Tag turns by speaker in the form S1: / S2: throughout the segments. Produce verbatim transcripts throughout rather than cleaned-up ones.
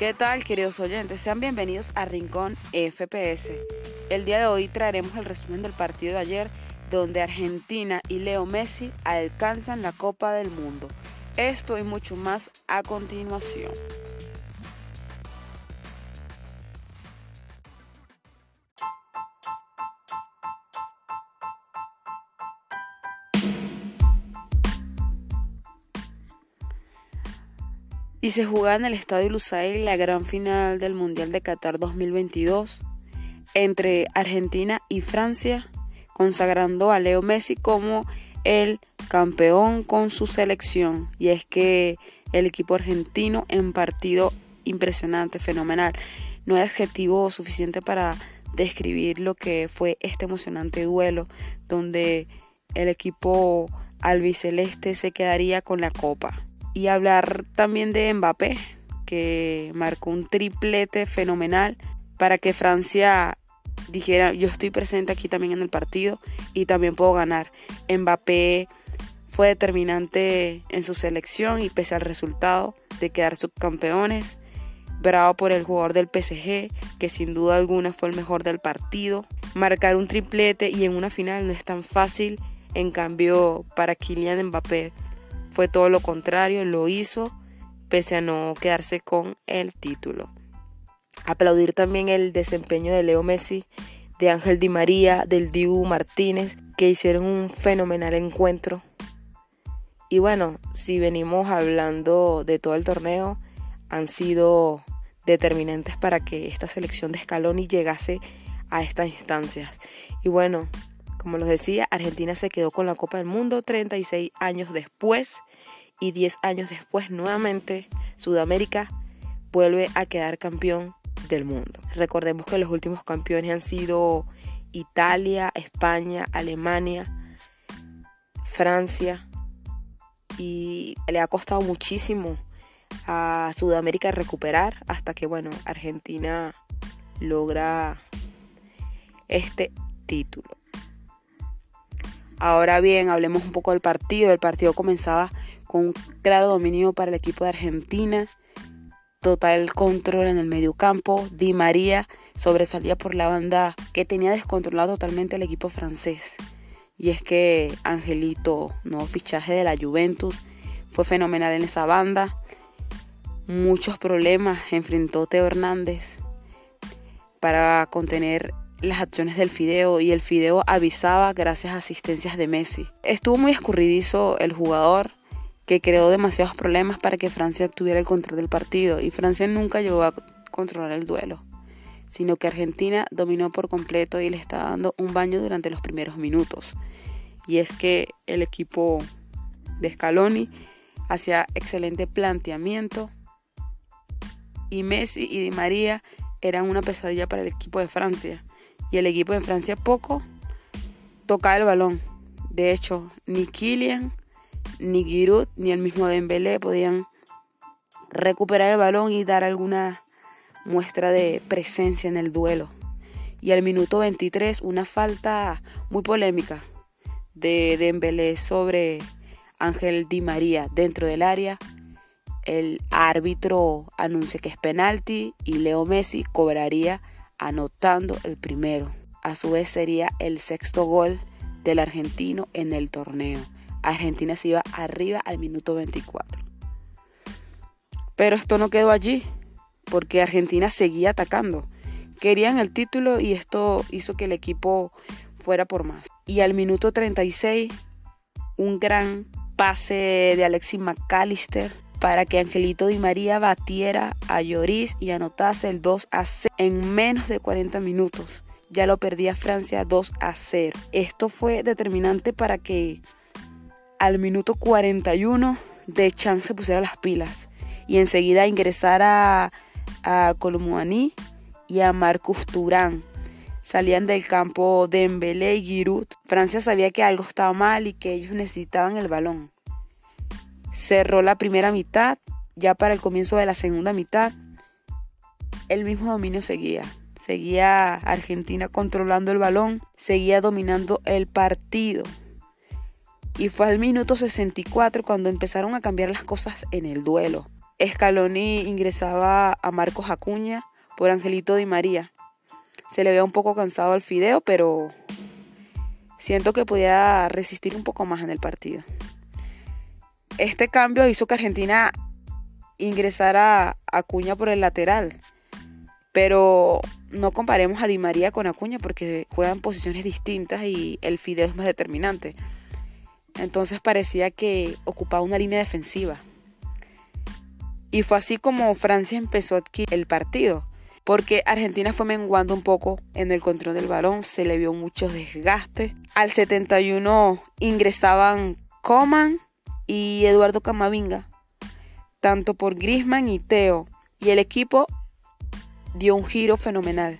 S1: ¿Qué tal, queridos oyentes? Sean bienvenidos a Rincón F P S. El día de hoy traeremos el resumen del partido de ayer, donde Argentina y Leo Messi alcanzan la Copa del Mundo. Esto y mucho más a continuación. Y se jugaba en el Estadio Lusail la gran final del Mundial de Qatar dos mil veintidós entre Argentina y Francia, consagrando a Leo Messi como el campeón con su selección. Y es que el equipo argentino en partido impresionante, fenomenal. No hay adjetivo suficiente para describir lo que fue este emocionante duelo, donde el equipo albiceleste se quedaría con la copa. Y hablar también de Mbappé, que marcó un triplete fenomenal para que Francia dijera: yo estoy presente aquí también en el partido y también puedo ganar. Mbappé fue determinante en su selección y pese al resultado de quedar subcampeones, bravo por el jugador del P S G, que sin duda alguna fue el mejor del partido. Marcar un triplete y en una final no es tan fácil, en cambio para Kylian Mbappé fue todo lo contrario, lo hizo pese a no quedarse con el título. Aplaudir también el desempeño de Leo Messi, de Ángel Di María, del Dibu Martínez, que hicieron un fenomenal encuentro. Y bueno, si venimos hablando de todo el torneo, han sido determinantes para que esta selección de Scaloni llegase a estas instancias. Y bueno, como les decía, Argentina se quedó con la Copa del Mundo treinta y seis años después, y diez años después nuevamente Sudamérica vuelve a quedar campeón del mundo. Recordemos que los últimos campeones han sido Italia, España, Alemania, Francia, y le ha costado muchísimo a Sudamérica recuperar hasta que, bueno, Argentina logra este título. Ahora bien, hablemos un poco del partido. El partido comenzaba con un claro dominio para el equipo de Argentina, total control en el mediocampo. Di María sobresalía por la banda, que tenía descontrolado totalmente el equipo francés. Y es que Angelito, nuevo fichaje de la Juventus, fue fenomenal en esa banda. Muchos problemas enfrentó Teo Hernández para contener las acciones del Fideo, y el Fideo avisaba gracias a asistencias de Messi. Estuvo muy escurridizo el jugador, que creó demasiados problemas para que Francia tuviera el control del partido, y Francia nunca llegó a controlar el duelo, sino que Argentina dominó por completo y le estaba dando un baño durante los primeros minutos. Y es que el equipo de Scaloni hacía excelente planteamiento, y Messi y Di María eran una pesadilla para el equipo de Francia. Y el equipo de Francia poco tocaba el balón. De hecho, ni Kylian, ni Giroud, ni el mismo Dembélé podían recuperar el balón y dar alguna muestra de presencia en el duelo. Y al minuto veintitrés, una falta muy polémica de Dembélé sobre Ángel Di María dentro del área. El árbitro anuncia que es penalti y Leo Messi cobraría anotando el primero. A su vez sería el sexto gol del argentino en el torneo. Argentina se iba arriba al minuto veinticuatro. Pero esto no quedó allí, porque Argentina seguía atacando. Querían el título y esto hizo que el equipo fuera por más. Y al minuto treinta y seis, un gran pase de Alexis McAllister para que Angelito Di María batiera a Lloris y anotase el dos a cero en menos de cuarenta minutos. Ya lo perdía Francia dos a cero. Esto fue determinante para que al minuto cuarenta y uno Deschamps se pusiera las pilas y enseguida ingresara a, a Colomouani y a Marcus Thuram. Salían del campo Dembélé y Giroud. Francia sabía que algo estaba mal y que ellos necesitaban el balón. Cerró la primera mitad. Ya para el comienzo de la segunda mitad, el mismo dominio seguía. Seguía Argentina controlando el balón, seguía dominando el partido. Y fue al minuto sesenta y cuatro cuando empezaron a cambiar las cosas en el duelo. Scaloni ingresaba a Marcos Acuña por Angelito Di María. Se le veía un poco cansado al Fideo, pero siento que podía resistir un poco más en el partido. Este cambio hizo que Argentina ingresara a Acuña por el lateral, pero no comparemos a Di María con Acuña porque juegan posiciones distintas y el Fideo es más determinante. Entonces parecía que ocupaba una línea defensiva. Y fue así como Francia empezó a adquirir el partido, porque Argentina fue menguando un poco en el control del balón, se le vio muchos desgastes. Al setenta y uno ingresaban Coman y Eduardo Camavinga, tanto por Griezmann y Theo, y el equipo dio un giro fenomenal.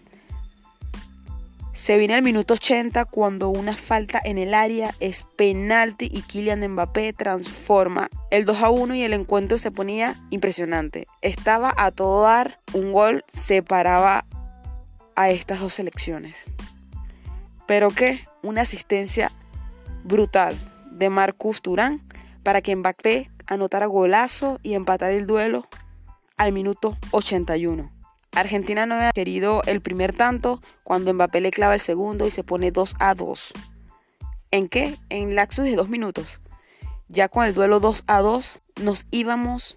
S1: Se viene el minuto ochenta cuando una falta en el área es penalti y Kylian Mbappé transforma el dos a uno y el encuentro se ponía impresionante. Estaba a todo dar, un gol separaba a estas dos selecciones. ¿Pero qué? Una asistencia brutal de Marcus Thuram para que Mbappé anotara golazo y empatara el duelo al minuto ochenta y uno. Argentina no había querido el primer tanto cuando Mbappé le clava el segundo y se pone dos a dos. ¿En qué? En lapsus de dos minutos. Ya con el duelo dos a dos nos íbamos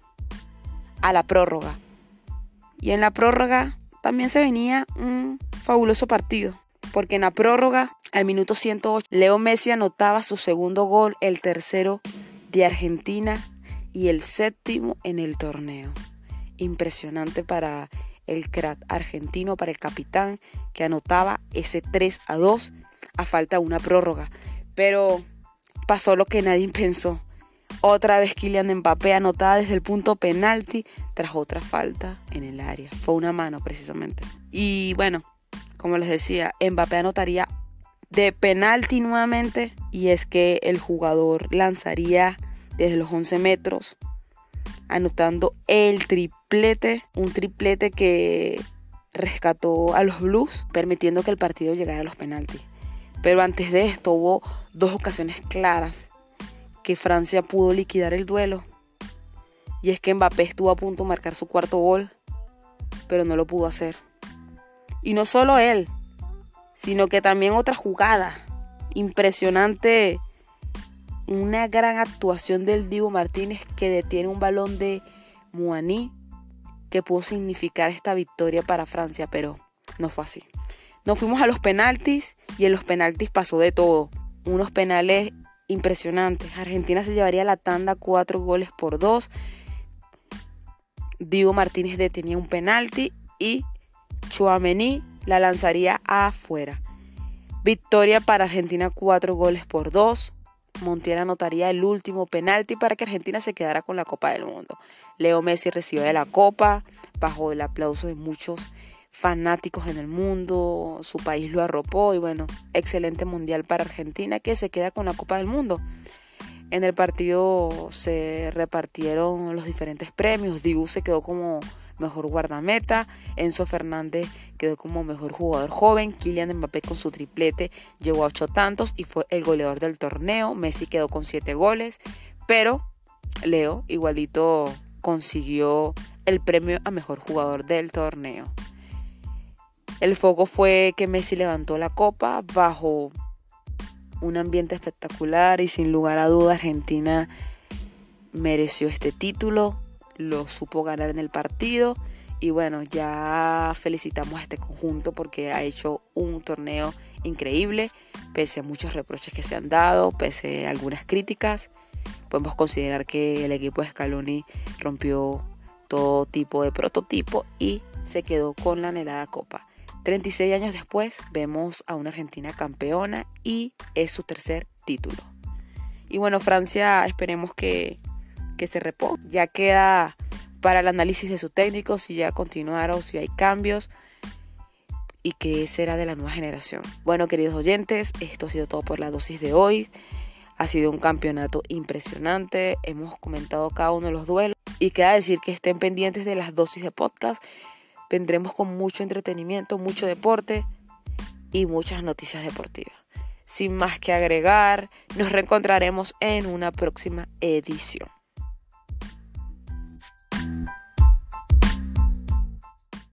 S1: a la prórroga. Y en la prórroga también se venía un fabuloso partido. Porque en la prórroga, al minuto ciento ocho, Leo Messi anotaba su segundo gol, el tercero de Argentina y el séptimo en el torneo. Impresionante para el crack argentino, para el capitán, que anotaba ese tres a dos a falta de una prórroga. Pero pasó lo que nadie pensó. Otra vez Kylian Mbappé anotaba desde el punto penalti tras otra falta en el área. Fue una mano precisamente. Y bueno, como les decía, Mbappé anotaría de penalti nuevamente. Y es que el jugador lanzaría desde los once metros, anotando el triplete, un triplete que rescató a los Blues, permitiendo que el partido llegara a los penaltis. Pero antes de esto hubo dos ocasiones claras que Francia pudo liquidar el duelo. Y es que Mbappé estuvo a punto de marcar su cuarto gol, pero no lo pudo hacer. Y no solo él, sino que también otra jugada impresionante. Una gran actuación del Dibu Martínez que detiene un balón de Muani que pudo significar esta victoria para Francia, pero no fue así. Nos fuimos a los penaltis y en los penaltis pasó de todo. Unos penales impresionantes. Argentina se llevaría la tanda cuatro goles por dos. Dibu Martínez detenía un penalti y Tchouaméni la lanzaría afuera. Victoria para Argentina cuatro goles por dos. Montiel anotaría el último penalti para que Argentina se quedara con la Copa del Mundo. Leo Messi recibe la copa bajo el aplauso de muchos fanáticos en el mundo. Su país lo arropó y bueno, excelente mundial para Argentina que se queda con la Copa del Mundo. En el partido se repartieron los diferentes premios. Dibu se quedó como mejor guardameta, Enzo Fernández quedó como mejor jugador joven, Kylian Mbappé con su triplete llegó a ocho tantos y fue el goleador del torneo. Messi quedó con siete goles, pero Leo igualito consiguió el premio a mejor jugador del torneo. El foco fue que Messi levantó la copa bajo un ambiente espectacular y sin lugar a dudas Argentina mereció este título. Lo supo ganar en el partido y bueno, ya felicitamos a este conjunto porque ha hecho un torneo increíble, pese a muchos reproches que se han dado, pese a algunas críticas. Podemos considerar que el equipo de Scaloni rompió todo tipo de prototipo y se quedó con la anhelada copa. treinta y seis años después vemos a una Argentina campeona y es su tercer título. Y bueno, Francia esperemos que que se reponga. Ya queda para el análisis de su técnico si ya continuaron, si hay cambios y qué será de la nueva generación. Bueno, queridos oyentes, esto ha sido todo por la dosis de hoy. Ha sido un campeonato impresionante. Hemos comentado cada uno de los duelos y queda decir que estén pendientes de las dosis de podcast. Vendremos con mucho entretenimiento, mucho deporte y muchas noticias deportivas. Sin más que agregar, nos reencontraremos en una próxima edición.